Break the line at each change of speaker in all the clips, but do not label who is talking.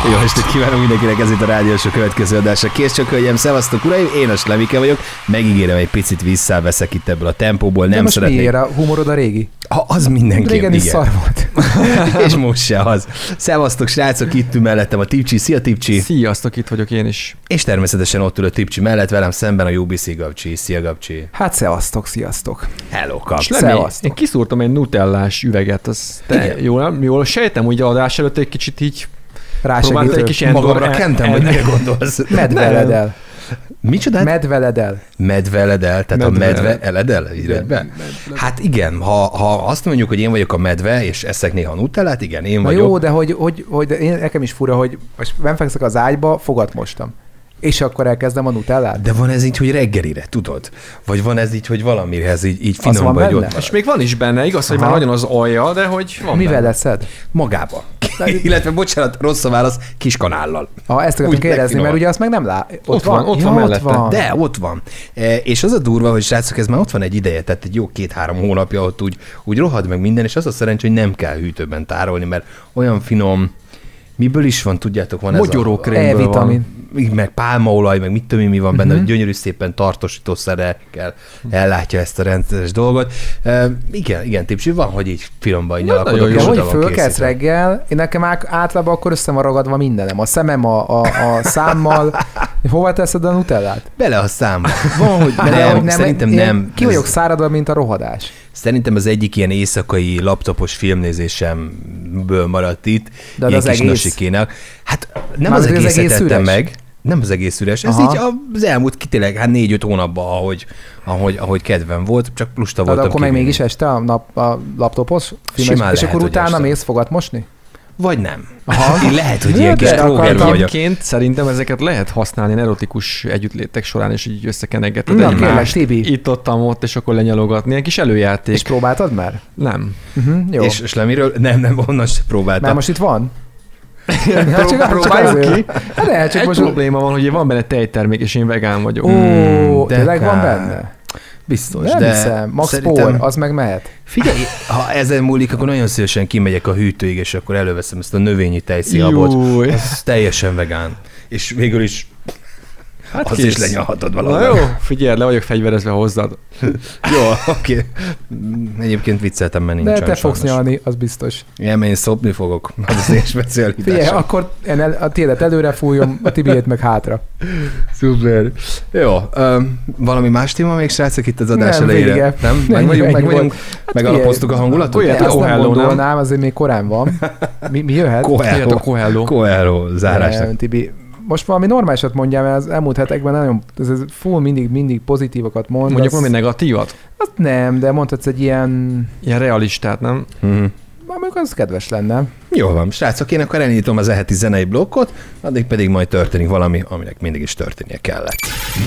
Jó estét kívánok mindenkinek, ez itt a rádiós következő adása. Kész csak, hölgyem, szevasztok uraim, én a Slemike vagyok, megígérem, egy picit visszaveszek itt ebből a tempóból, nem szeretnék.
Miért a humorod a régi?
Az mindenképp,
régen is szar volt.
És most se az. Szevasztok srácok, itt ül mellettem a Tipcsi. Szia Tipcsi!
Sziasztok, itt vagyok én is.
És természetesen ott ül a Tipcsi mellett, velem szemben a UBC Gabcsi. Szia Gabcsi!
Hát szevasztok, sziasztok!
Hello Gabcsi!
Én kiszúrtam egy nutellás üveget, azt jól sejtem, hogy adás előtt egy kicsit így próbálta egy kis
magamra kentem, hogy mire gondolsz.
Medveledel.
Micsoda?
Medveledel.
Medveledel, tehát a medve eledel? Hát igen, ha azt mondjuk, hogy én vagyok a medve, és eszek néha nutellát, igen, én vagyok.
Jó, de hogy én, nekem is fura, hogy most benfekszek az ágyba, fogat mostam. És akkor elkezdem a nutellát?
De van ez így, hogy reggelire, tudod? Vagy van ez így, hogy valamihez így finom vagy ott.
És még van is benne, igaz, hogy már nagyon az alja, de hogy van
mivel
benne.
leszed?
Magába. Illetve, bocsánat, rossz a válasz, kiskanállal.
Ezt akartam kérdezni, mert ugye azt meg nem lát.
Ott van mellette.
De, ott van. És az a durva, hogy srácok, ez már ott van egy ideje, tehát egy jó 2-3 hónapja, ott úgy rohad meg minden, és az a szerencsé, hogy nem kell hűtőben tárolni, mert olyan finom, miből is van, tudjátok, van
mogyorókrémből
E-vitamin.
Meg pálmaolaj, meg mit tudom, mi van benne, hogy gyönyörű szépen tartósítószerekkel ellátja ezt a rendszeres dolgot. Igen, Tipsi, van, hogy így finomban nyalakodok.
De hogy fölkelsz reggel, én nekem általában akkor össze van ragadva mindenem. A szemem a számmal. Hova teszed a nutellát?
Bele a számba. Van, hogy szerintem nem.
Ki vagyok száradva, mint a rohadás.
Szerintem az egyik ilyen éjszakai laptopos filmnézésemből maradt itt.
De ilyen kis
nasikének. Hát nem az egészet tettem meg. Nem az egész üres. Ez így az elmúlt tényleg 4-5 hónapban, ahogy kedvem volt, csak lusta voltam.
De akkor meg mégis este a laptopos filmes, és akkor utána mész fogat mosni?
Vagy nem. Én lehet, hogy ilyen kis tróger vagyok.
Egyébként szerintem ezeket lehet használni erotikus együttlétek során, és így összekenegeted
egymást.
Itt-ott, és akkor lenyalogatni. Ilyen kis előjáték.
És próbáltad már?
Nem.
Jó.
És Lemiről? Nem, onnan sem próbáltam.
Már most itt van?
Próbáljuk ki.
Egy
probléma van, hogy van benne tejtermék, és én vegán vagyok.
Tényleg van benne?
Biztos,
nem hiszem. Max Power, az meg mehet.
Figyelj, ha ezen múlik, akkor nagyon szívesen kimegyek a hűtőig, és akkor előveszem ezt a növényi tejszínhabot. Ez teljesen vegán. És végül is hát az is lenyalhatod valahol.
Na jó, figyelj, le vagyok fegyverezve hozzád.
Jó, oké. Egyébként vicceltem, mert nincs.
De te fogsz nyalni, az biztos.
Igen, én szopni fogok. Az az én specialitásom.
Figyelj, akkor a tiédet előre fújom, a Tibiét meg hátra.
Szuper. Jó, valami más téma még, srácok, itt az adás
nem,
elejére?
Vége.
Nem? Meg vagyunk? Megalapoztuk a hangulatot?
Azt nem gondolnám, azért még korán van. Mi jöhet?
Coelho zárásnak.
Tibi, most valami normálisat mondjál, mert az elmúlt hetekben nagyon, ez full mindig pozitívakat mond.
Mondjuk valami negatívat?
Azt nem, de mondhatsz egy ilyen
realistát, nem?
Amikor az kedves lenne.
Jól van, srácok, én akkor elindítom az eheti zenei blokkot, addig pedig majd történik valami, aminek mindig is történnie kellett.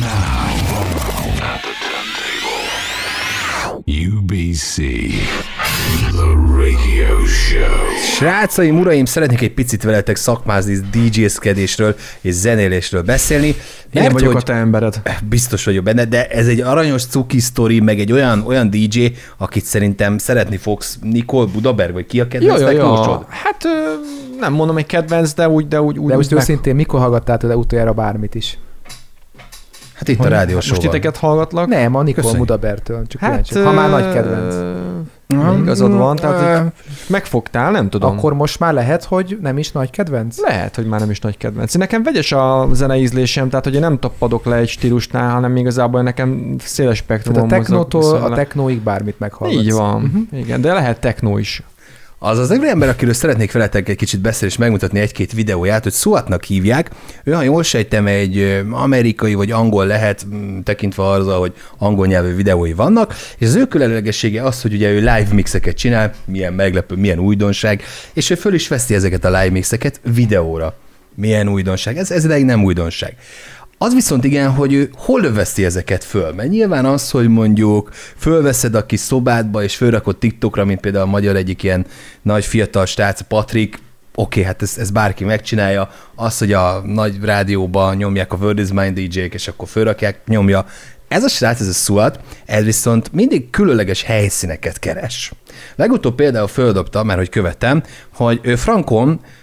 UBC, the radio show. Srácaim, uraim, szeretnék egy picit veletek szakmázni DJ-szkedésről és zenélésről beszélni.
Én vagyok a te embered.
Biztos vagyok benne, de ez egy aranyos cuki sztori, meg egy olyan DJ, akit szerintem szeretni fogsz. Nicole Budaberg, vagy ki a kedvenc technósod?
Hát nem mondom egy kedvenc, de úgy. De
most őszintén, mikor hallgattál tőle utoljára bármit is?
Hát itt a rádiósóval.
Most titeket hallgatlak?
Nem, a Nicole Budabergtől. Ha már nagy kedvenc.
Igazad van, tehát megfogtál, nem tudom.
Akkor most már lehet, hogy nem is nagy kedvenc?
Lehet, hogy már nem is nagy kedvenc. Nekem vegyes a zeneízlésem, tehát hogy én nem tapadok le egy stílusnál, hanem igazából nekem széles spektrum.
A technótól a technóig bármit meghallgatsz.
Így van, igen, de lehet technó is.
Az ember, akiről szeretnék veletek egy kicsit beszélni és megmutatni egy-két videóját, hogy Suatnak hívják. Ő, ha jól sejtem, egy amerikai vagy angol lehet, tekintve arra, hogy angol nyelvű videói vannak, és az ő különlegessége az, hogy ugye ő live mixeket csinál, milyen meglepő, milyen újdonság, és ő föl is veszi ezeket a live mixeket videóra. Milyen újdonság? Ez ideig nem újdonság. Az viszont igen, hogy ő hol veszi ezeket föl? Mert nyilván az, hogy mondjuk fölveszed a kis szobádba, és fölrakod TikTokra, mint például a magyar egyik ilyen nagy fiatal srác, Patrik, oké, hát ez bárki megcsinálja. Az, hogy a nagy rádióban nyomják a Word is Mine DJ-k, és akkor fölrakják, nyomja. Ez a srác, ez a Suat, ez viszont mindig különleges helyszíneket keres. Legutóbb például földobta, mert hogy követem, hogy ő frankon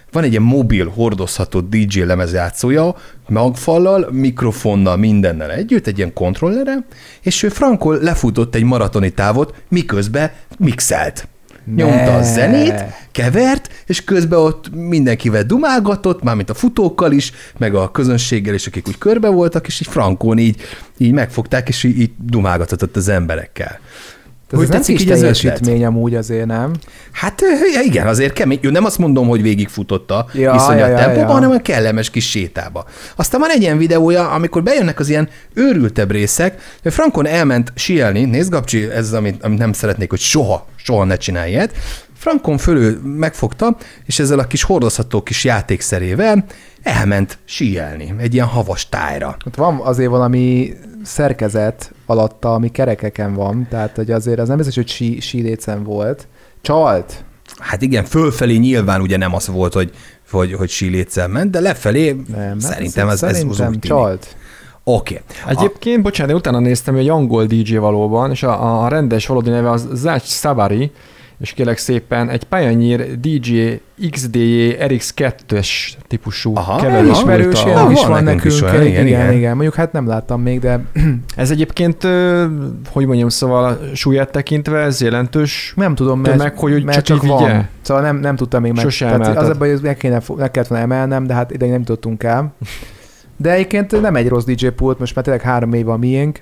van egy ilyen mobil, hordozható DJ lemezjátszója, magfallal, mikrofonnal, mindennel együtt, egy ilyen kontrollerre, és ő frankol lefutott egy maratoni távot, miközben mixelt. Nyomta a zenét, kevert, és közben ott mindenkivel dumálgatott, mármint a futókkal is, meg a közönséggel is, akik úgy körbe voltak, és így frankón így megfogták, és így dumálgatott az emberekkel.
Ez nem kis teljesítmény amúgy azért, nem?
Hát igen, azért kemény. Jó, nem azt mondom, hogy végigfutotta iszonyat tempóban, hanem a kellemes kis sétába. Aztán van egy ilyen videója, amikor bejönnek az ilyen őrültebb részek, hogy frankon elment síelni, nézd Gabcsi, ez az, amit nem szeretnék, hogy soha ne csinálj ilyet. Frankon fölül megfogta, és ezzel a kis hordozható kis játékszerével elment síelni egy ilyen havas tájra.
Ott van azért valami szerkezet alatta, ami kerekeken van, tehát hogy azért az nem biztos, hogy sílécen volt. Csalt.
Hát igen, fölfelé nyilván ugye nem az volt, hogy síléccel ment, de lefelé nem, szerintem ez úgy
csalt.
Oké.
Egyébként, bocsánat, utána néztem, hogy egy angol DJ valóban, és a rendes valódi neve az Zach Savary, és kérlek szépen egy Pioneer DJ XDJ RX2-es típusú keverés.
Ismerős is van nekünk. Igen. Mondjuk hát nem láttam még, de...
Ez egyébként, hogy mondjam, szóval súlyát tekintve ez jelentős.
Nem tudom, mert csak van. Szóval nem tudtam még meg.
Sose emelted.
Az abban, hogy meg kellett volna emelnem, de hát ideig nem tudtunk el. De egyébként nem egy rossz DJ pult, most már tényleg 3 év a miénk.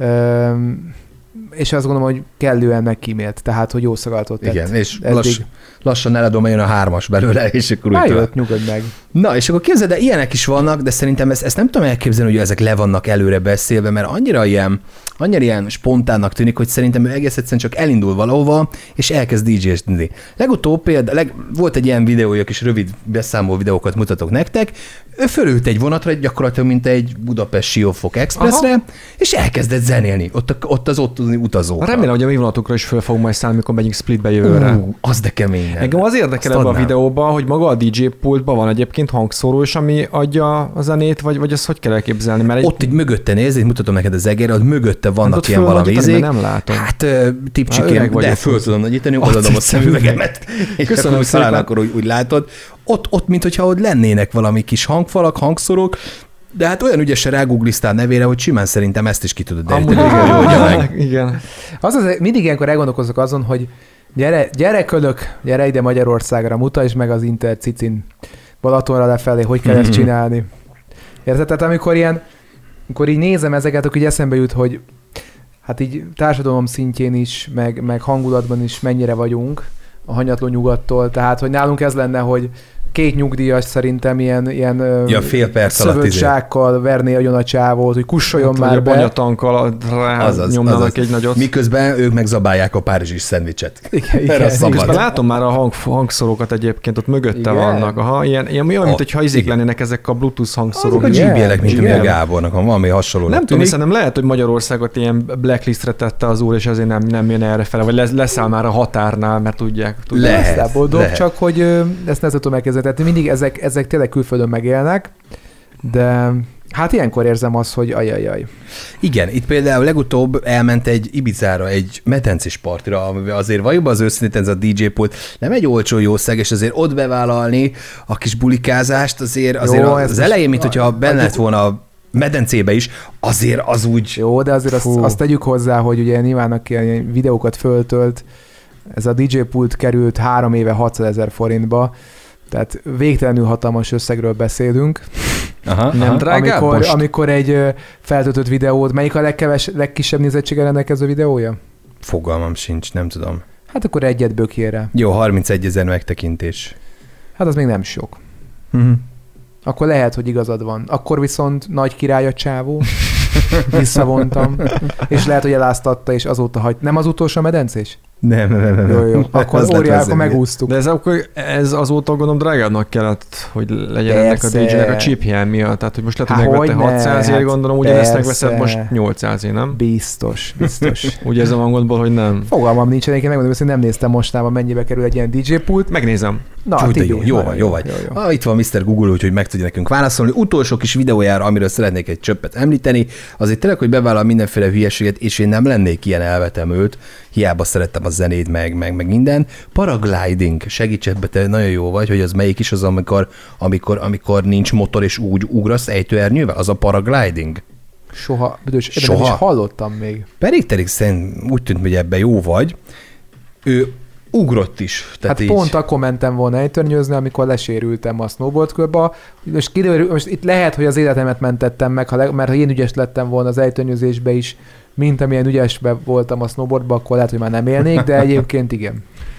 És azt gondolom, hogy kellően megkímélt, tehát, hogy jó szagalatot tett.
Igen, és lassan eladom, jön a 3-as belőle, és akkor úgy
eljött, nyugodj meg.
Na, és akkor képzeld, de ilyenek is vannak, de szerintem ezt nem tudom elképzelni, hogy ezek le vannak előre beszélve, mert annyira ilyen spontánnak tűnik, hogy szerintem ő egész egyszerűen csak elindul valahova, és elkezd DJ-zni. Legutóbb például volt egy ilyen videója, kis rövid beszámoló videókat mutatok nektek, ő fölült egy vonatra, gyakorlatilag mint egy Budapest Siófok Expressre, és elkezdett zenélni ott az utazókkal.
Remélem, hogy a mi vonatukra is föl fog majd szállni, amikor megyünk Splitbe jövőre.
Az de kemény.
Engem az érdekel ebben a videóban, hogy maga a DJ pultban van egyébként hangszóró is, ami adja a zenét, vagy ezt hogy kell elképzelni? Mert
ott így mögötte nézd, mutatom neked az egérre, ott mögötte vannak ilyen valami izék.
Nem látom.
Hát tipcsikém, de föl tudom nagyítani, odaadom a szemüvegemet.
Köszönöm szépen.
Akkor úgy látod. Ott, mintha ott lennének valami kis hangfalak, hangszorok, de hát olyan ügyesen rágoogliztál nevére, hogy simán szerintem ezt is ki tudod deríteni.
Igen.
Az mindig ilyenkor elgondolkozok azon, hogy gyere kölök, gyere ide Magyarországra, mutasd meg az Intercicin Balatonra lefelé, hogy kell ezt csinálni. Érted? Tehát amikor így nézem ezeket, akkor így eszembe jut, hogy hát így társadalom szintjén is, meg hangulatban is mennyire vagyunk a hanyatló nyugattól. Tehát, hogy nálunk ez lenne, hogy 2 nyugdíjas szerintem ilyen
fél perc
szövődsákkal verné agyon a csávót, hogy kussoljon
hát,
már be.
A banyatankkal nyomnának egy nagyot.
Miközben ők meg zabálják a párizsi szendvicset.
Igen.
Miközben látom már a hangszorokat egyébként, ott mögötte vannak. Aha, ilyen olyan, mint hogyha izék lennének ezek a Bluetooth hangszorok.
Azok a JBL-ek, mint a Gábornak, valami hasonló.
Nem tudom, hiszen nem lehet, hogy Magyarországot ilyen blacklistre tette az úr, és azért nem jön erre fele, vagy leszáll már a határnál, mert tudják.
Lehet. Csak hogy ezt nem tudom elkezdeni. Tehát mindig ezek tényleg külföldön megélnek, de hát ilyenkor érzem azt, hogy ajajaj.
Igen, itt például legutóbb elment egy Ibizára, egy medencés partira, amivel azért valójában az őszintén ez a DJ pult nem egy olcsó jószág, és azért ott bevállalni a kis bulikázást, azért az elején, mint hogyha benne lett volna a medencébe is, azért az úgy...
Jó, de azért azt tegyük hozzá, hogy ugye nyilván aki ilyen videókat föltölt, ez a DJ pult került 3 éve 600 000 forintba, tehát végtelenül hatalmas összegről beszélünk.
Nem drágább
amikor egy feltöltött videót, melyik a legkisebb nézettséggel rendelkező videója?
Fogalmam sincs, nem tudom.
Hát akkor egyet bökjére.
Jó, 31 000 megtekintés.
Hát az még nem sok. Akkor lehet, hogy igazad van. Akkor viszont nagy király a csávó. Visszavontam. És lehet, hogy eláztatta, és azóta nem az utolsó medencés?
Nem.
Jó. Akkor óriákkal megúsztuk.
De ez azóta gondolom drágábbnak kellett, hogy legyen ennek a DJ-nek a chiphiány miatt. Tehát, hogy most lehet, hogy megvette 600 ér, gondolom, ugyanezt megveszed most 800 ér, nem?
Biztos.
Úgy érzem a gondból, hogy nem.
Fogalmam nincs, én megmondom, hogy nem néztem mostában, mennyibe kerül egy ilyen DJ pult.
Megnézem.
Na, jó vagy. Itt van Mr. Google, úgyhogy meg tudja nekünk válaszolni. Utolsó kis videójára, amiről szeretnék egy csöppet említeni, azért tényleg, hogy bevállal mindenféle hülyeséget, és én nem lennék ilyen elvetemült, hiába szerettem a zenét, meg minden. Paragliding, segíts ebbe, te nagyon jó vagy, hogy az melyik is az, amikor nincs motor és úgy ugrasz ejtőernyővel? Az a paragliding?
Soha, büdös, nem is hallottam még.
Pedig úgy tűnt, hogy ebben jó vagy. Ő ugrott is.
Hát így... pont akkor mentem volna ejtőernyőzni, amikor lesérültem a snowboardkörbe. Most itt lehet, hogy az életemet mentettem meg, mert ha én ügyes lettem volna az ejtőernyőzésbe is, mint amilyen ügyesben voltam a snowboardba, akkor lehet, hogy már nem élnék, de egyébként igen.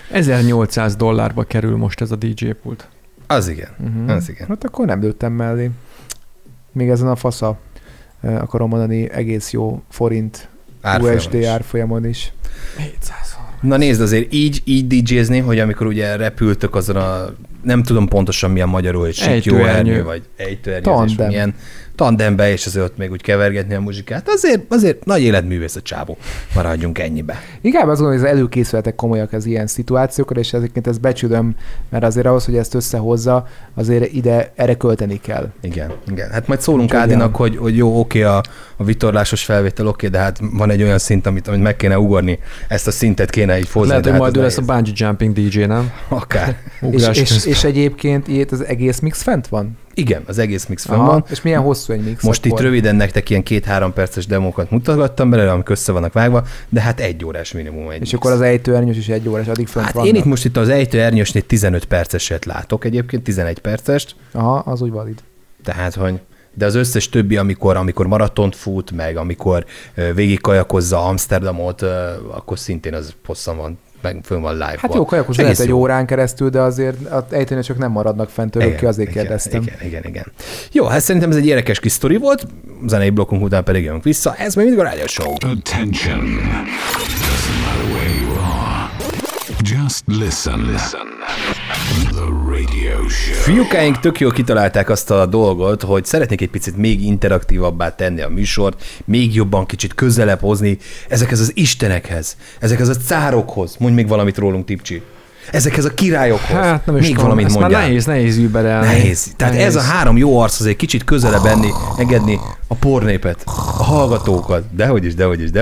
$1800 kerül most ez a DJ pult.
Az igen. Az igen.
Hát akkor nem lőttem mellé. Még ezen a fasza, akarom mondani, egész jó forint USD árfolyamon is.
700.
Na nézd, azért így DJ-zni, hogy amikor ugye repültök azon a, nem tudom pontosan milyen magyarul, hogy sikjóernyő, vagy ejtőernyőzés, milyen tandembe, és azért ott még úgy kevergetni a muzsikát. Azért nagy életművész a csávó. Maradjunk ennyibe.
Inkább azt gondolom, hogy az előkészületek komolyak az ilyen szituációkra, és ezeket ezt becsülöm, mert azért ahhoz, hogy ezt összehozza, azért erre költeni kell.
Igen. Hát majd szólunk Ádinak, hogy jó, oké, a vitorlásos felvétel, oké, de hát van egy olyan szint, amit meg kéne ugorni. Ezt a szintet kéne így hozni.
Lehet, hogy majd ő lesz a bungee jumping DJ, nem?
Akár.
és egyébként itt az egész mix fent van?
Igen, az egész mix fent van.
És milyen hosszú egy mix?
Most itt röviden nektek ilyen 2-3 perces demókat mutatgattam belőle, amik össze vannak vágva, de hát 1 órás minimum egy
És mix. Akkor az ejtőernyős is 1 órás, addig fönt vannak.
Én itt most itt az ejtőernyősnél 15 perceset látok egyébként, 11 percest.
Aha, az úgy valid.
Tehát, hogy de az összes többi, amikor maratont fut, meg amikor végigkajakozza Amsterdamot, akkor szintén az hosszan van, meg fönn van live-ban.
Hát jó, kajakozni lehet egy órán keresztül, de azért az ejtőernyősök nem maradnak fent örökké, azért kérdeztem.
Igen. Jó, hát szerintem ez egy érdekes kis sztori volt, zenei blokkunk után pedig jövünk vissza. Ez még mindig a Rádió Show.
Attention. Doesn't matter where you are. Just listen. The Radio Show.
Fiúkáink tök jól kitalálták azt a dolgot, hogy szeretnék egy picit még interaktívabbá tenni a műsort, még jobban kicsit közelebb hozni ezekhez az istenekhez, ezekhez a cárokhoz. Mondj még valamit rólunk, Tipcsi. Ezekhez a királyokhoz.
Hát nem is
még valamit mondjál.
Már nehéz überelni.
Nehéz. Tehát ez a 3 jó arc azért kicsit közelebb engedni a pornépet, a hallgatókat. Dehogy is.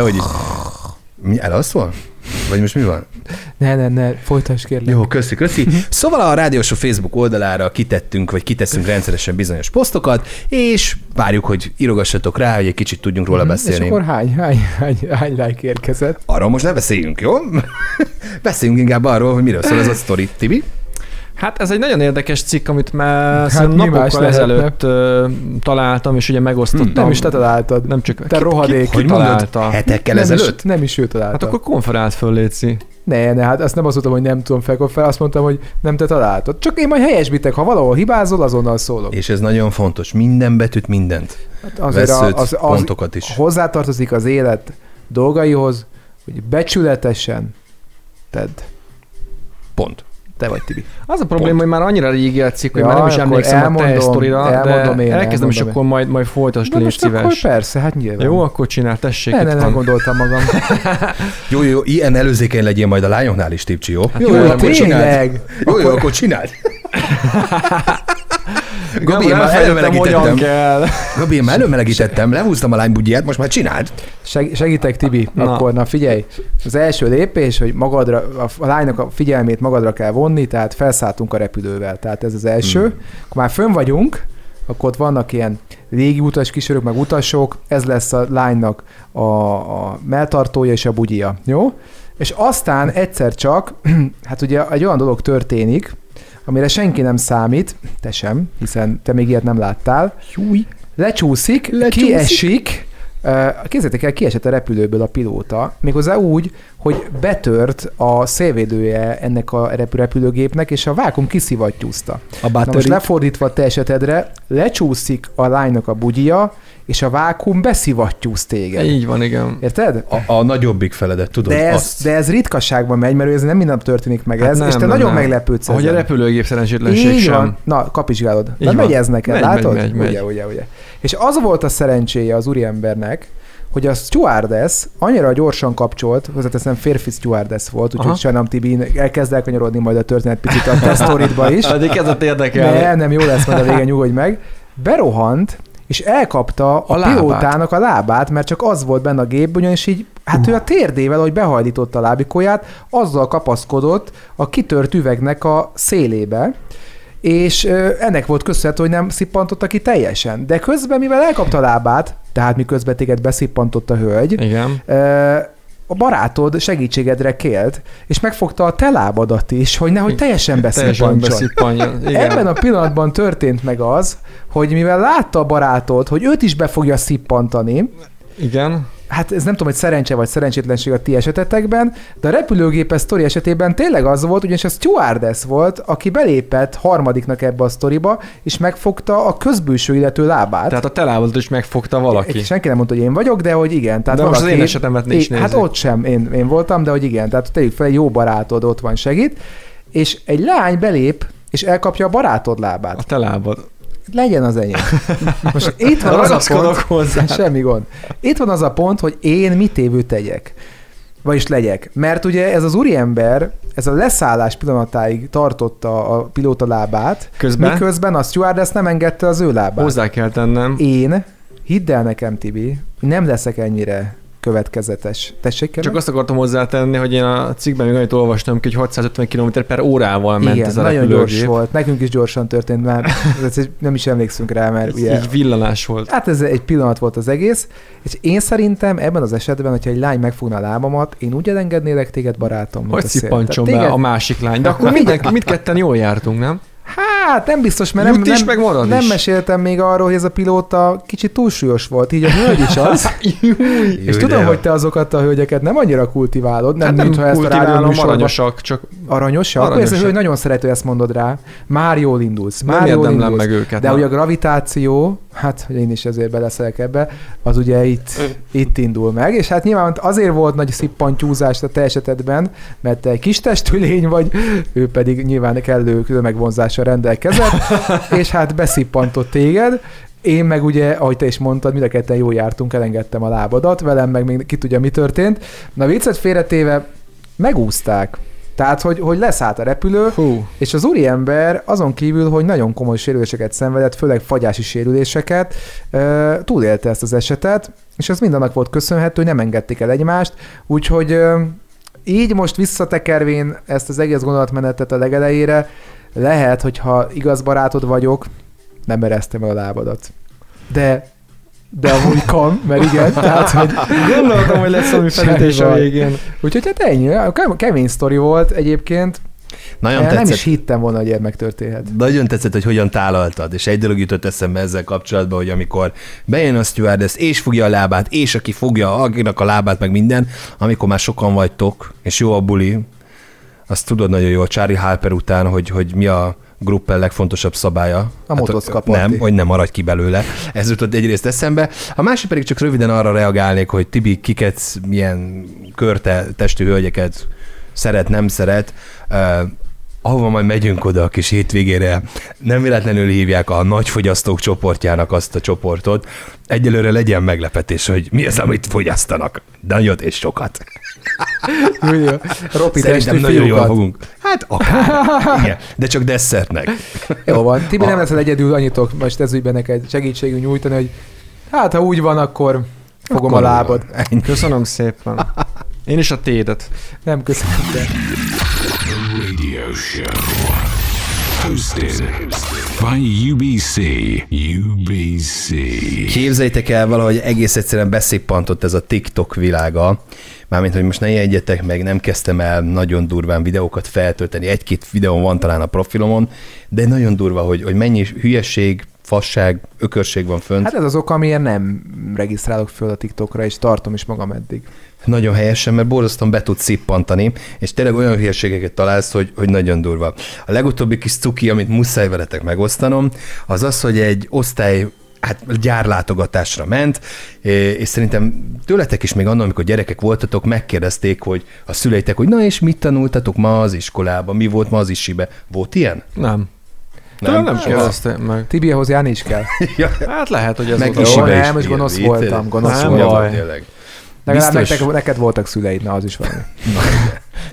Elalszol? Vagy most mi van?
Ne, folytasd kérlek.
Jó, köszi. Szóval a Rádió Show Facebook oldalára kiteszünk rendszeresen bizonyos posztokat, és várjuk, hogy írogassatok rá, hogy egy kicsit tudjunk róla beszélni.
És akkor hány like érkezett?
Arról most ne beszéljünk, jó? Beszéljünk inkább arról, hogy miről szól ez a sztori. Tibi?
Hát ez egy nagyon érdekes cikk, amit már napokkal ezelőtt találtam, és ugye megosztottam.
Nem is te találtad.
Nem csak
te rohadék.
Hogy találta? Hetekkel ezelőtt?
Nem is ő találta.
Hát akkor konferált föl, Léci.
Ne, hát azt nem azt mondtam, hogy nem tudom felkonferálni, azt mondtam, hogy nem te találtad. Csak én majd helyesbitek, ha valahol hibázol, azonnal szólok.
És ez nagyon fontos. Minden betűt, mindent.
Hát azért
az pontokat is.
Hozzátartozik az élet dolgaihoz, hogy becsületesen tedd.
Pont.
Te vagy, Tibi.
Az a probléma, hogy már annyira régi a cikk, hogy már nem is emlékszem a te sztorira, de elkezdem, és akkor majd folytasd, légy szíves.
Akkor persze, hát nyilván.
Jó, akkor csinál, tessék.
Nem gondoltam magam.
Jó, ilyen előzékeny legyél majd a lányoknál is, Tipcsi, jó?
Hát jó, akkor csináld.
Jó, akkor csináld. Gabi, én már előmelegítettem, lehúztam a lány bugyját, most már csináld.
Segítek, Tibi. Akkor figyelj, az első lépés, hogy magadra, a lánynak a figyelmét magadra kell vonni, tehát felszálltunk a repülővel. Tehát ez az első. Akkor már fönn vagyunk, akkor ott vannak ilyen légiutas kísérők, meg utasok, ez lesz a lánynak a melltartója és a bugyja, jó? És aztán egyszer csak, hát ugye egy olyan dolog történik, amire senki nem számít, te sem, hiszen te még ilyet nem láttál. Lecsúszik, kiesik, képzeljétek el, kiesett a repülőből a pilóta, méghozzá úgy, hogy betört a szélvédője ennek a repülőgépnek, és a vákum kiszivattyúzta. Na most lefordítva te esetedre, lecsúszik a lánynak a bugyja, és a vákum beszivattyúz téged.
Így van, igen.
Érted?
A nagyobbik feledet, tudod.
De ez ritkaságban megy, mert ez nem minden történik meg ez, és te nagyon meglepődsz.
Ahogy a repülőgép szerencsétlenség sem. Van.
Na, kapizsgálod. Na, megy ez neked, látod?
Megy.
Ugye. És az volt a szerencséje az úriembernek, hogy a stewardess annyira gyorsan kapcsolt, hozzáteszem férfi stewardess volt, úgyhogy sajnálom, Tibi, elkezd elkanyarodni majd a történet picit a te sztoridba is.
Addig kezdett érdekelni.
Nem, jó lesz majd a vége, nyugodj meg. Berohant, és elkapta a pilótának a lábát, mert csak az volt benne a gépben, és így, hát ő a térdével, ahogy behajlította a lábikóját, azzal kapaszkodott a kitört üvegnek a szélébe, és ennek volt köszönhető, hogy nem szippantotta ki teljesen. De közben, mivel elkapta a lábát, tehát miközben téged beszippantott a hölgy,
igen.
A barátod segítségedre kélt, és megfogta a te lábadat is, hogy nehogy teljesen beszippanjon. Ebben a pillanatban történt meg az, hogy mivel látta a barátod, hogy őt is be fogja szippantani,
igen.
Hát ez nem tudom, hogy szerencse vagy szerencsétlenség a ti esetetekben, de a repülőgépes sztori esetében tényleg az volt, ugyanis a stewardess volt, aki belépett harmadiknak ebbe a sztoriba, és megfogta a közbülső illető lábát.
Tehát a te lábadat is megfogta valaki.
Senki nem mondta, hogy én vagyok, de hogy igen. Tehát
de
valaki,
most az én esetemet is nézzük.
Hát ott sem én voltam, de hogy igen. Tehát tegyük fel, egy jó barátod ott van, segít, és egy lány belép, és elkapja a barátod lábát.
A te lábad.
Legyen az enyém. Most itt van az a pont, hozzá. Semmi gond. Itt van az a pont, hogy én mit évő tegyek. Vagyis legyek. Mert ugye ez az úriember, ez a leszállás pillanatáig tartotta a pilóta lábát, miközben a stewardess nem engedte az ő lábát.
Hozzá kell tennem.
Én, hidd el nekem, Tibi, nem leszek ennyire következetes. Tessék, kérlek?
Csak azt akartam hozzátenni, hogy én a cikkben még annyit olvastam, hogy 650 km/órával ment
igen,
ez a
nagyon
repülőgép.
gyors volt. Nekünk is gyorsan történt, mert nem is emlékszünk rá, mert ugye...
Egy villanás volt.
Hát ez egy pillanat volt az egész, és én szerintem ebben az esetben, hogyha egy lány megfogna a lábamat, én úgy elengednélek téged, barátom.
Hogy szippantson be a másik lány. De akkor mindketten jól jártunk, nem?
Hát nem biztos, mert nem meséltem még arról, hogy ez a pilóta kicsit túlsúlyos volt, így a hölgy is az. És tudom, hogy te azokat a hölgyeket nem annyira kultiválod, nem,
hát
mintha ezt a rádióműsorban...
aranyosak, csak...
Aranyosak? Ez a hölgy nagyon szerető, ezt mondod rá. Már jól indulsz.
Nem érdemlem meg őket.
De ugye a gravitáció, hát én is ezért beleszélek ebbe, az ugye itt indul meg, és hát nyilván azért volt nagy szippantyúzás a te esetedben, mert te egy kis testű lény vagy, ő pedig nyilván kellő közmegvonzással rendelkezett, és hát beszippantott téged. Én meg ugye, ahogy te is mondtad, mind a ketten jól jártunk, elengedtem a lábadat, velem meg még ki tudja, mi történt. Na viccet félretéve, megúzták. Tehát, hogy leszállt a repülő, és az úriember azon kívül, hogy nagyon komoly sérüléseket szenvedett, főleg fagyási sérüléseket, túlélte ezt az esetet, és ez mindannak volt köszönhető, hogy nem engedték el egymást, úgyhogy így most visszatekervén ezt az egész gondolatmenetet a legelejére, lehet, hogyha igaz barátod vagyok, nem eresztem el a lábadat. De amúgy kan, mert igen, tehát, hogy...
Gondoltam, hogy lesz valami felütés a végén.
Úgyhogy hát ennyi, kemény sztori volt egyébként. Nem is hittem volna, hogy ilyen megtörténhet.
Nagyon tetszett, hogy hogyan tálaltad, és egy dolog jutott eszembe ezzel kapcsolatban, hogy amikor bejön a stewardess, és fogja a lábát, és aki fogja akinek a lábát, meg minden, amikor már sokan vagytok, és jó a buli, azt tudod nagyon jól Charlie Harper után, hogy mi a Gruppel legfontosabb szabálya.
A motoszkaparti.
Nem, hogy nem maradj ki belőle. Ez jutott egyrészt eszembe. A másik pedig csak röviden arra reagálnék, hogy Tibi kiket, milyen körte testű hölgyeket szeret, nem szeret. Ahova majd megyünk oda a kis hétvégére, nem véletlenül hívják a nagyfogyasztók csoportjának azt a csoportot. Egyelőre legyen meglepetés, hogy mi az, amit fogyasztanak. Nagyot és sokat. Szerintem nagyon jól fogunk. Hát akár. Igen, de csak desszertnek.
Jó van. Tibi, nem leszel egyedül, annyitok most ez ügyben neked segítségünk nyújtani, hogy hát ha úgy van, akkor fogom a lábad.
Köszönöm szépen. Én is a tédet.
Nem köszönöm.
Radio show hosted by UBC.
Képzeljétek el, valahogy egész egyszerűen beszippantott ez a TikTok világa. Mármint, hogy most ne ijedjetek meg, nem kezdtem el nagyon durván videókat feltölteni. Egy-két videón van talán a profilomon, de nagyon durva, hogy mennyi hülyesség, fasság, ökörség van fönt.
Hát ez az oka, amiért nem regisztrálok föl a TikTokra, és tartom is magam eddig.
Nagyon helyesen, mert borzasztóan be tudsz szippantani, és tényleg olyan hülyeségeket találsz, hogy nagyon durva. A legutóbbi kis cuki, amit muszáj veletek megosztanom, az az, hogy egy osztály gyárlátogatásra ment, és szerintem tőletek is még annak, amikor gyerekek voltatok, megkérdezték, hogy a szüleitek, hogy na és mit tanultatok ma az iskolában, mi volt ma az isibe. Volt ilyen?
Nem kérdeztem meg.
Tibi, ahhoz járni is kell.
Ja.
Hát lehet, hogy ez
meg
volt.
Jó,
nem, most gonosz voltam.
Legalább neked voltak szüleid, na az is valami.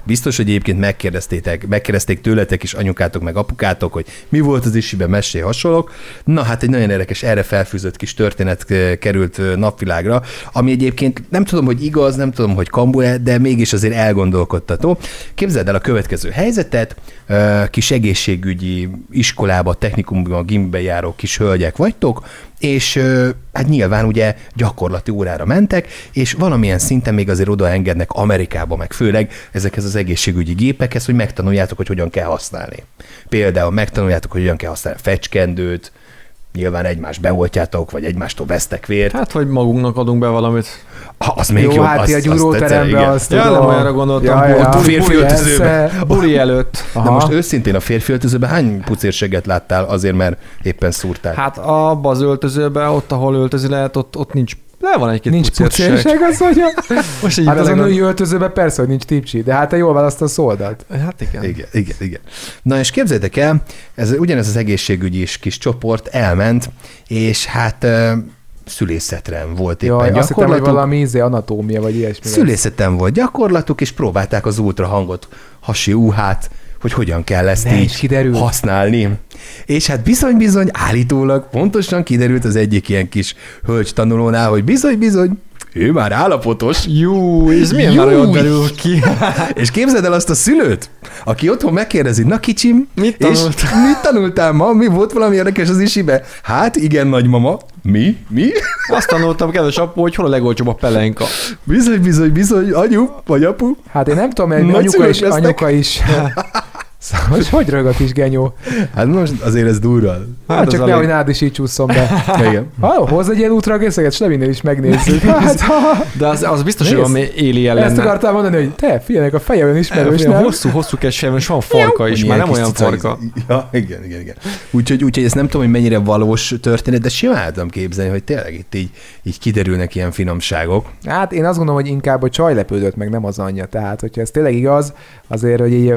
Biztos, hogy egyébként megkérdezték tőletek is anyukátok meg apukátok, hogy mi volt az isiben, mesélj hasonlók. Na hát egy nagyon érdekes, erre felfűzött kis történet került napvilágra, ami egyébként nem tudom, hogy igaz, nem tudom, hogy kamu-e, de mégis azért elgondolkodtató. Képzeld el a következő helyzetet, kis egészségügyi iskolába, technikumban, gimbe járó kis hölgyek vagytok, és hát nyilván ugye gyakorlati órára mentek, és valamilyen szinten még azért odaengednek Amerikába, meg főleg ezekhez az egészségügyi gépekhez, hogy megtanuljátok, hogy hogyan kell használni. Például megtanuljátok, hogy hogyan kell használni a fecskendőt, nyilván egymást beoltjátok, vagy egymástól vesztek vért.
Hát, hogy magunknak adunk be valamit.
Az még jó,
hát a gyúróterembe azt
tudom. Nem olyanra gondoltam,
a férfi öltözőben.
Buli előtt.
De most őszintén a férfi öltözőben hány pucérseget láttál azért, mert éppen szúrták?
Hát abba az öltözőben, ott, ahol öltözi lehet, ott nincs. Le van egy-két
nincs pucérség, az hogy
most így
hát az a női öltözőben persze, hogy nincs tipcsi, de hát te jól választasz szoldat.
Hát igen.
Igen. Na és képzeljétek el, ugyanez az egészségügyi kis csoport elment, és hát szülészetre volt éppen
gyakorlatuk. Azt hittem, hogy valami anatómia, vagy ilyesmi.
Szülészeten volt gyakorlatuk, és próbálták az ultrahangot, hasi UH-t, hogy hogyan kell ezt így használni. És hát bizony, állítólag pontosan kiderült az egyik ilyen kis hölgy tanulónál, hogy bizony, ő már állapotos.
Jú, ez milyen már olyan derül ki.
És képzeld el azt a szülőt, aki otthon megkérdezi, na kicsim,
mit
tanultál ma? Mi volt valami érdekes az isibe? Hát igen, nagymama. Mi?
Azt tanultam, kedves apu, hogy hol a legolcsóbb a pelenka.
Bizony, anyu vagy apu.
Hát én nem tudom, anyuka is. Szóval, hogy rög a kis genyó?
Hát most azért ez durva.
Hát csak nehogy nád is így csúszom be.
Igen.
Hozz egy ilyen útragészeget, s Levinnél is megnézzük.
De az biztos, hogy valami éli ellen.
Ezt akartál mondani, hogy te, figyelj, a feje olyan ismerős, nem?
Hosszú kesem, és van farka is, már nem olyan farka.
Ja, igen. Úgyhogy ezt nem tudom, hogy mennyire valós történet, de simán tudom képzelni, hogy tényleg itt így kiderülnek ilyen finomságok.
Hát én azt gondolom, hogy inkább a csaj lepődött meg, nem az anyja. Tehát, hogyha ez tényleg igaz, azért, hogy így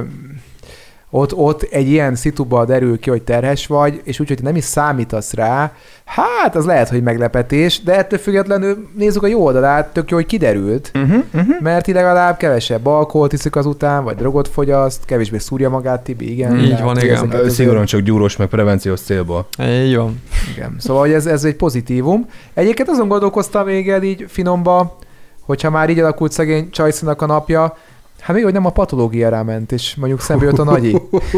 ott egy ilyen szituba derül ki, hogy terhes vagy, és úgyhogy nem is számítasz rá, hát az lehet, hogy meglepetés, de ettől függetlenül nézzük a jó oldalát, tök jó, hogy kiderült, mert így legalább kevesebb alkoholt iszik azután, vagy drogot fogyaszt, kevésbé szúrja magát, Tibi, igen.
Így van, igen.
Szigorúan csak gyúrós, meg prevenciós célból.
Így van.
Igen. Szóval, hogy ez egy pozitívum. Egyébként azon gondolkoztam még el így finomba, hogyha már így alakult szegény Csajcinak a napja, hát még, hogy nem a patológiára ment, és mondjuk szembe jött a nagyi.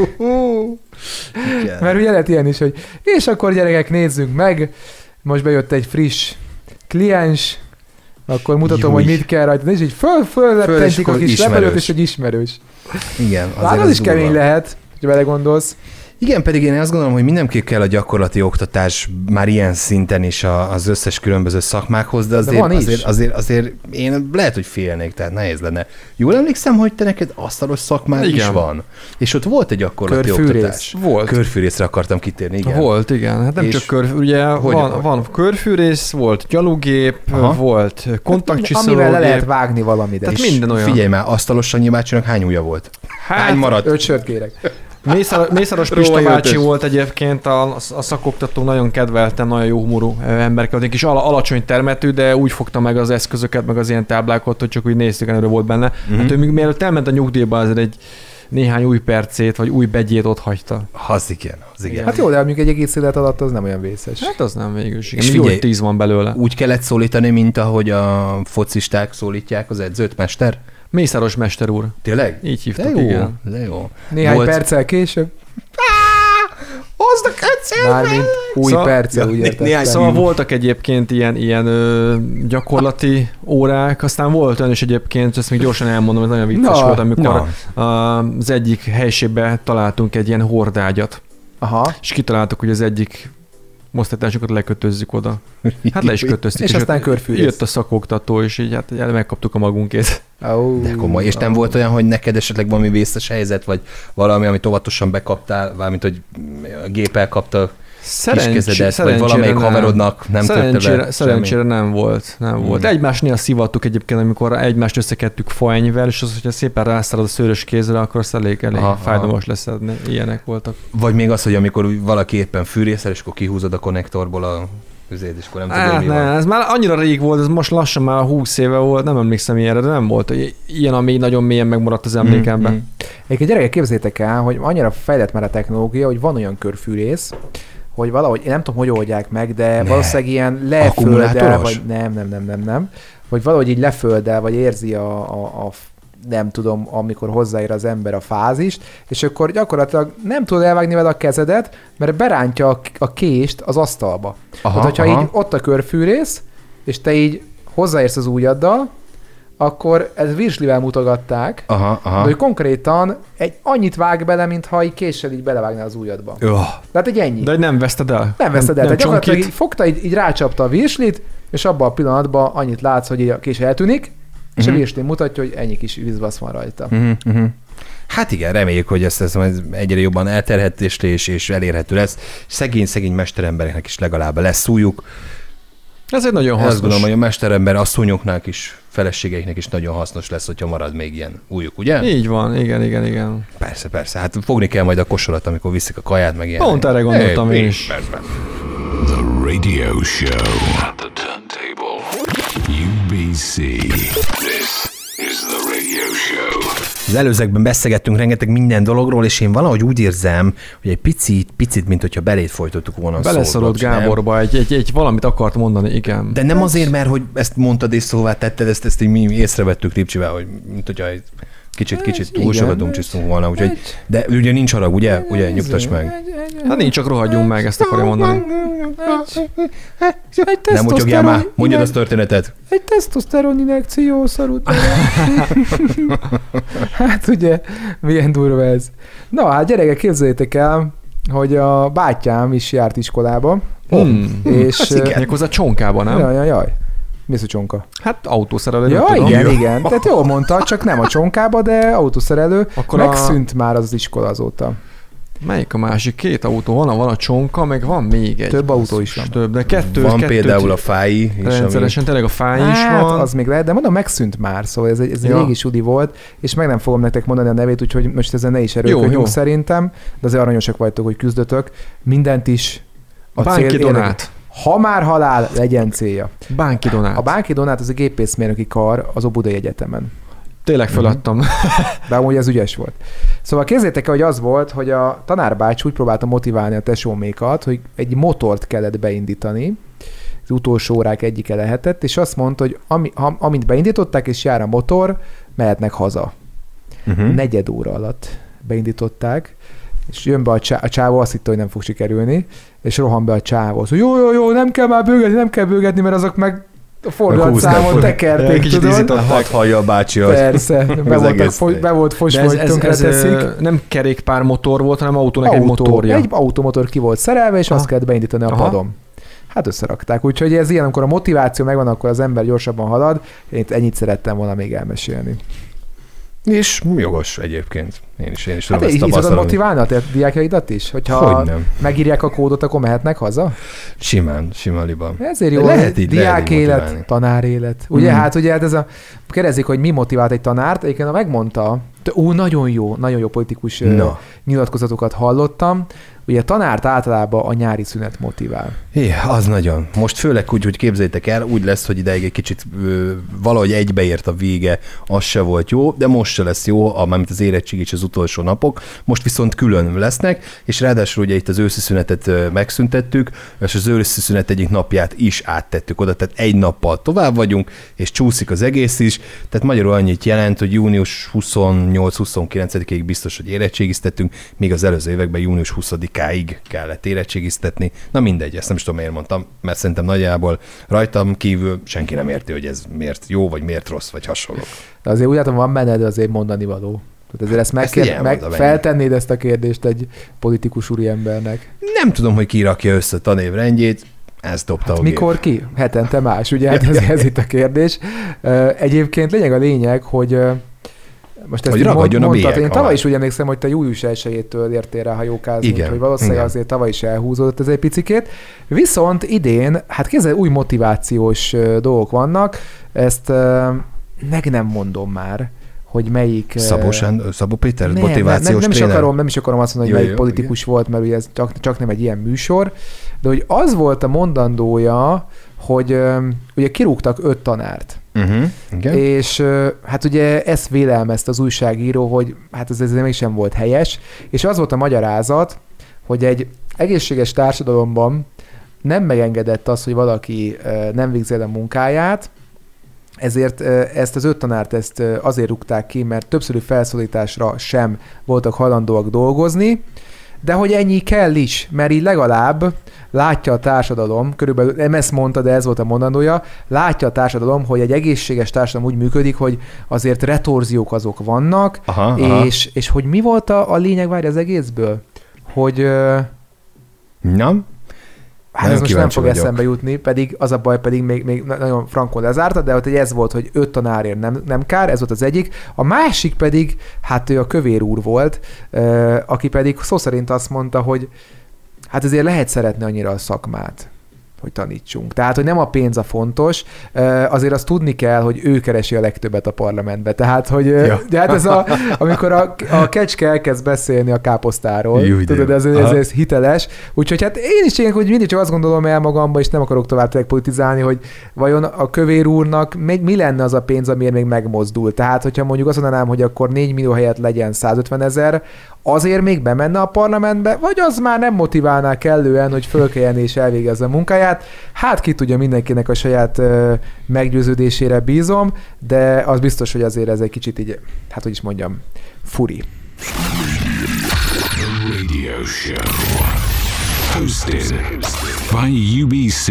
Mert ugye lehet ilyen is, hogy és akkor gyerekek, nézzünk meg, most bejött egy friss kliens, akkor mutatom, hogy mit kell rajta, és így fölleppentik a kis lepelőt, és egy ismerős.
Igen.
Hát az is kemény lehet, hogy vele gondolsz.
Igen, pedig én azt gondolom, hogy mindenképp kell a gyakorlati oktatás már ilyen szinten is az összes különböző szakmákhoz, de azért én lehet, hogy félnék, tehát nehéz lenne. Jól emlékszem, hogy te neked asztalos szakmád is van. És ott volt egy gyakorlati oktatás.
Volt.
Körfűrészre akartam kitérni, igen.
Volt, igen. Hát nem és csak ugye van körfűrész, volt gyalugép, volt kontaktcsiszológép.
Amivel le lehet vágni valamit.
Tehát minden olyan.
Figyelj már, asztalos Sanyi bácsinak hány ujja volt? Hány maradt?
5 sört kérek.
Mészáros Pista bácsi volt egyébként, a szakoktató nagyon kedveltem, nagyon jó humorú emberke, egy kis alacsony termetű, de úgy fogta meg az eszközöket, meg az ilyen táblákat, hogy csak úgy néztük, előre volt benne. Hát ő mielőtt elment a nyugdíjba, azért egy néhány új percét, vagy új begyét ott hagyta.
Az igen.
Hát jó, de mondjuk egy egész élet alatt az nem olyan vészes.
Hát az nem végül is. És figyelj, 10 van belőle.
Úgy kellett szólítani, mint ahogy a focisták szólítják az edzőt, mester?
Mészáros mester úr.
Tényleg?
Így hívtak, igen.
De jó.
Néhány perccel később.
Hozd a köcsöt!
Mármint új perccel, úgy értettem.
Szóval voltak egyébként ilyen gyakorlati órák, aztán volt olyan is egyébként, ezt még gyorsan elmondom, ez nagyon vicces volt, amikor az egyik helyiségben találtunk egy ilyen hordágyat.
Aha.
És kitaláltuk, hogy az egyik mosztatásokat lekötözzük oda. Hát le is kötöztük.
És aztán körfűrész.
Jött a szakoktató, és így hát megkaptuk a magunkét.
De komoly. És nem volt olyan, hogy neked esetleg valami vészes helyzet, vagy valami, amit óvatosan bekaptál, valamint, hogy a gép elkapta kiskezedet, vagy valamelyik haverodnak nem tette be.
Szerencsére nem volt. Egymásnél szivattuk egyébként, amikor egymást összekedtük faenyvel, és az, hogyha szépen rászárad a szőrös kézre, akkor azt elég fájdalmas leszedni. Ilyenek voltak.
Vagy még az, hogy amikor valaki éppen fűrészel, és akkor kihúzod a konnektorból a és akkor nem tudom, mi van.
Ez már annyira rég volt, ez most lassan már 20 éve volt, nem emlékszem ilyenre, de nem volt ilyen, ami nagyon mélyen megmaradt az emlékemben.
Egyébként gyerekek, képzeljétek el, hogy annyira fejlett már a technológia, hogy van olyan körfűrész, hogy valahogy, én nem tudom, hogy oldják meg, de valószínűleg ilyen lefölddel, vagy nem. Vagy valahogy így lefölddel, vagy érzi a nem tudom, amikor hozzáér az ember a fázist, és akkor gyakorlatilag nem tudod elvágni vele a kezedet, mert berántja a kést az asztalba. Tehát, hogyha így ott a körfűrész, és te így hozzáérsz az ujjaddal, akkor ez virslivel mutogatták, de hogy konkrétan annyit vág bele, mintha egy késsel így belevágná az ujjadba. Tehát egy ennyi.
De nem veszted el?
Nem veszted el. Tehát gyakorlatilag így fogta, így rácsapta a virslit, és abban a pillanatban annyit látsz, hogy a kés eltűnik, és a virsli mutatja, hogy ennyi kis vízvasz van rajta.
Hát igen, reméljük, hogy ez egyre jobban elterhető és elérhető lesz. Szegény mesterembereknek is legalább lesz újjuk.
Ez egy nagyon hasznos.
Azt gondolom, hogy a mesterember asszonyoknak is, feleségeiknek is nagyon hasznos lesz, hogyha marad még ilyen újjuk, ugye?
Így van, igen.
Persze. Hát fogni kell majd a kosarat, amikor viszik a kaját, meg ilyen.
Pont erre gondoltam én is.
The radio show at the turntable. UBC. This is the radio show.
Az előzőkben beszélgettünk rengeteg minden dologról, és én valahogy úgy érzem, hogy egy picit, mint hogyha belét folytottuk volna a szót.
Beleszorult Gáborba, egy valamit akart mondani, igen.
De nem azért, mert hogy ezt mondtad és szóvá tetted, ezt így mi észrevettük Lipcsivel, hogy mint hogyha kicsit túl sokat dumcsisztunk volna, úgyhogy, de ugye nincs harag, ugye? Ugye, nyugtass meg.
Hát nincs, csak rohadjunk meg, ezt akarja mondani.
Nem mutyogjál már, mondjad azt történetet.
Egy tesztoszteron injekció szarult. Hát ugye, milyen durva ez. Na, hát gyerekek, képzeljétek el, hogy a bátyám is járt iskolába. És
méghozzá Csonkában, nem?
Jaj. Mi az a csonka?
Hát autószerelő.
Ja, igen. Tehát jól mondta, csak nem a csonkába, de autószerelő. Akkor megszűnt már az iskola azóta.
Melyik a másik? 2 autó van a csonka, meg van még egy.
Több autó is van.
Több, de kettő.
Van például a fái is.
Rendszeresen tényleg a fái is van.
Az még lehet, de mondom, megszűnt már, szóval ez egy régi sudi volt, és meg nem fogom nektek mondani a nevét, úgyhogy most ezen ne is erőlködjünk szerintem, de azért aranyosak vagytok, hogy küzdötök. Mindent is a
Bánki Donát.
Ha már halál, legyen célja.
Bánki Donát.
A Bánki Donát az a gépészmérnöki kar az Óbudai Egyetemen.
Tényleg feladtam.
De amúgy ez ügyes volt. Szóval képzeljétek el, hogy az volt, hogy a tanárbács úgy próbálta motiválni a tesómékat, hogy egy motort kellett beindítani, az utolsó órák egyike lehetett, és azt mondta, hogy amint beindították, és jár a motor, mehetnek haza. 4 óra alatt beindították, és jön be a csávó, azt hitte, hogy nem fog sikerülni, és rohan be a csávó, hogy jó, nem kell már bőgetni, mert azok meg a fordulatszámon tekerték, tudod?
Hadd hallja a bácsi, hogy
persze, be volt fosva, hogy tönkreteszik.
Nem kerékpár motor volt, hanem autónak egy motorja.
Egy automotor ki volt szerelve, és azt kellett beindítani a padon. Hát összerakták. Úgyhogy ez ilyen, amikor a motiváció megvan, akkor az ember gyorsabban halad. Én ennyit szerettem volna még elmesélni.
És jogos egyébként. Én is tudom ezt
tapasztalni. Hát így tudod motiválni a diákjaidat is? Hogyha megírják a kódot, akkor mehetnek haza?
Simán liba.
Ezért jó, diák élet, tanár élet. Ugye, hát ez a... Kérdezik, hogy mi motivált egy tanárt, egyébként megmondta, nagyon jó politikus nyilatkozatokat hallottam. Ugye a tanárt általában a nyári szünet motivál.
Az nagyon. Most főleg úgy, hogy képzeljétek el, úgy lesz, hogy ideig egy kicsit valahogy egybeért a vége, az se volt jó, de most se lesz jó, mármint az érettség és az utolsó napok. Most viszont külön lesznek, és ráadásul ugye itt az őszi szünetet megszüntettük, és az őszi szünet egyik napját is áttettük oda, tehát egy nappal tovább vagyunk, és csúszik az egész is, tehát magyarul annyit jelent, hogy június 28-29-ig biztos, hogy érettségiztettünk, míg az előző években június 20-áig kellett érettségiztetni. Na mindegy, ezt nem is tudom, miért mondtam, mert szerintem nagyjából rajtam kívül senki nem érti, hogy ez miért jó, vagy miért rossz, vagy hasonló.
De azért úgy látom, van benned azért mondani való. Tehát ezért ezt feltennéd ezt a kérdést egy politikus úriembernek.
Nem tudom, hogy ki rakja össze a tanévrendjét, ezt dobta a
mikor ki? Hetente más, ugye? Hát ez itt a kérdés. Egyébként lényeg, hogy most ezt mondtad, én tavaly is úgy emlékszem, hogy te július 1-től értél rá hajókázni, hogy valószínűleg azért tavaly is elhúzódott ez egy picikét. Viszont idén, hát kézzel új motivációs dolgok vannak, ezt meg nem mondom már, hogy melyik...
Szabó Péter, motivációs tréner?
Nem is akarom azt mondani, hogy melyik politikus volt, mert ugye ez csak nem egy ilyen műsor, de hogy az volt a mondandója, hogy ugye kirúgtak 5 tanárt.
Igen.
És hát ugye ezt vélelmezte az újságíró, hogy hát ez mégsem volt helyes, és az volt a magyarázat, hogy egy egészséges társadalomban nem megengedett az, hogy valaki nem végzi el a munkáját, ezért ezt az 5 tanárt azért rúgták ki, mert többszörű felszólításra sem voltak hajlandóak dolgozni, de hogy ennyi kell is, mert így legalább látja a társadalom, körülbelül nem ezt mondta, de ez volt a mondandója, látja a társadalom, hogy egy egészséges társadalom úgy működik, hogy azért retorziók azok vannak, és hogy mi volt a lényeg, várj, az egészből? Hogy...
Nem?
Hát ez most nem fog eszembe jutni, pedig az a baj, pedig még nagyon frankon lezárta, de ott ez volt, hogy 5 tanárért nem kár, ez volt az egyik. A másik pedig, hát ő a Kövér úr volt, aki pedig szó szerint azt mondta, hogy hát azért lehet szeretni annyira a szakmát, hogy tanítsunk. Tehát, hogy nem a pénz a fontos, azért azt tudni kell, hogy ő keresi a legtöbbet a parlamentbe. Tehát, hogy de hát ez amikor a kecske elkezd beszélni a káposztáról, tudod, ez hiteles. Úgyhogy hát én is hogy mindig csak azt gondolom el magamba, és nem akarok tovább politizálni, hogy vajon a Kövér úrnak mi lenne az a pénz, amiért még megmozdul. Tehát, hogyha mondjuk azt mondanám, hogy akkor 4 millió helyett legyen 150 000, azért még bemenne a parlamentbe, vagy az már nem motiválná kellően, hogy fölkeljen és elvégezze a munkáját. Hát ki tudja, mindenkinek a saját meggyőződésére bízom, de az biztos, hogy azért ez egy kicsit így, hát hogy is mondjam, furi.
Radio Show. Hosted by UBC.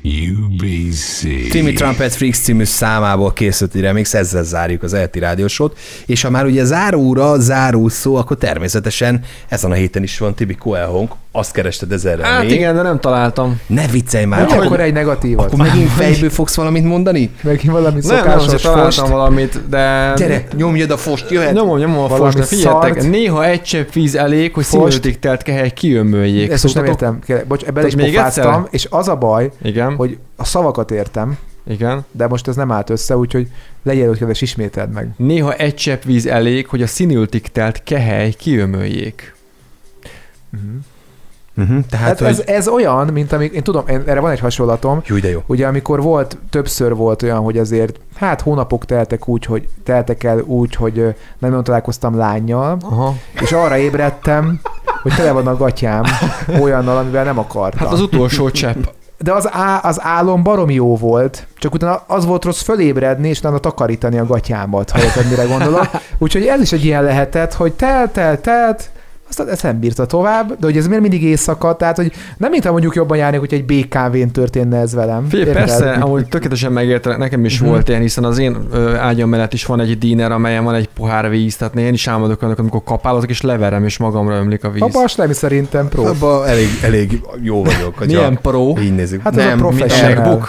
Timmy Trumpet Freaks című számából készült egy remix, ezzel zárjuk az ELTE rádiósót, és ha már ugye záró szó, akkor természetesen ezen a héten is van Tibi Coelhonk, azt kerested ezerre
hát még. Igen, de nem találtam.
Ne viccelj már.
Hogy akkor egy negatívat.
Akkor megint fejből fogsz valamit mondani?
Megint valami szokásos
találtam valamit, de...
Gyere, nyomjad a fost, jöhet.
Nyomom a fost, de figyeljetek, néha egy csepp víz elég, hogy színötig telt kehely kiömöljék.
Ezt most nem értem. Bocs, ebben is pofáztam, és az a baj, hogy a szavakat értem,
igen.
De most ez nem állt össze, úgyhogy legyél ott, kedves, ismételd meg.
Néha egy csepp víz elég, hogy a színültig telt kehely kiömöljék.
Tehát,
ez olyan, mint amik, én tudom, erre van egy hasonlatom.
Jó, de jó.
Ugye amikor többször volt olyan, hogy azért, hát hónapok teltek el úgy, hogy nem találkoztam lánnyal, és arra ébredtem, hogy tele van a gatyám olyannal, amivel nem akartam.
Hát az utolsó csepp.
De az álom baromi jó volt, csak utána az volt rossz fölébredni, és utána takarítani a gatyámat, ha érted, mire gondolok. Úgyhogy ez is egy ilyen lehetett, hogy telt, aztán ezt nem bírta tovább, de hogy ez miért mindig éjszaka, tehát hogy nem mintha mondjuk jobban járnék, hogy egy BKV-n történne ez velem.
Figyelj, persze, amúgy tökéletesen megértem, nekem is volt ilyen, hiszen az én ágyam mellett is van egy diner, amelyen van egy pohár víz, tehát én is álmodok annak, amikor kapálozok, és leverem, és magamra ömlik a víz.
Abba nem szerintem pro.
Abba elég jó vagyok.
Milyen pro?
Így nézzük.
Hát nem, ez a professional.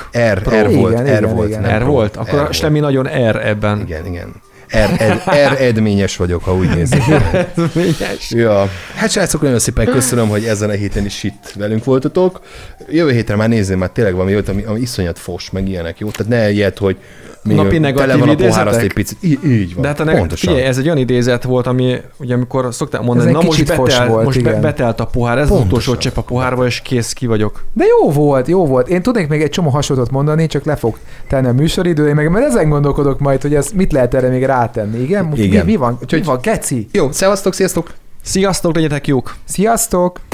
R
volt. Akkor Slemmi nagyon R ebben.
Igen. Eredményes vagyok, ha úgy nézzük.
Eredményes.
Ja. Hát srácok, nagyon szépen köszönöm, hogy ezen a héten is itt velünk voltatok. Jövő hétre már nézzél, már tényleg valami olyat, ami iszonyat fos, meg ilyenek, jó? Tehát ne ilyet, hogy
napi
tele van a pohár, azt egy picit. Így van,
de hát pontosan. Figyelj, ez egy olyan idézet volt, ami ugye amikor szokták mondani, na most betelt a pohár, ez pontosan. Az utolsó csepp a pohárba, és kész, ki vagyok.
De jó volt. Én tudnék még egy csomó hasonlót mondani, csak le fog tenni a műsoridő, meg mert ezen gondolkodok majd, hogy ez mit lehet erre még rátenni. Igen? Mi van, geci?
Jó, szevasztok, sziasztok!
Sziasztok, legyetek jók!
Sziasztok!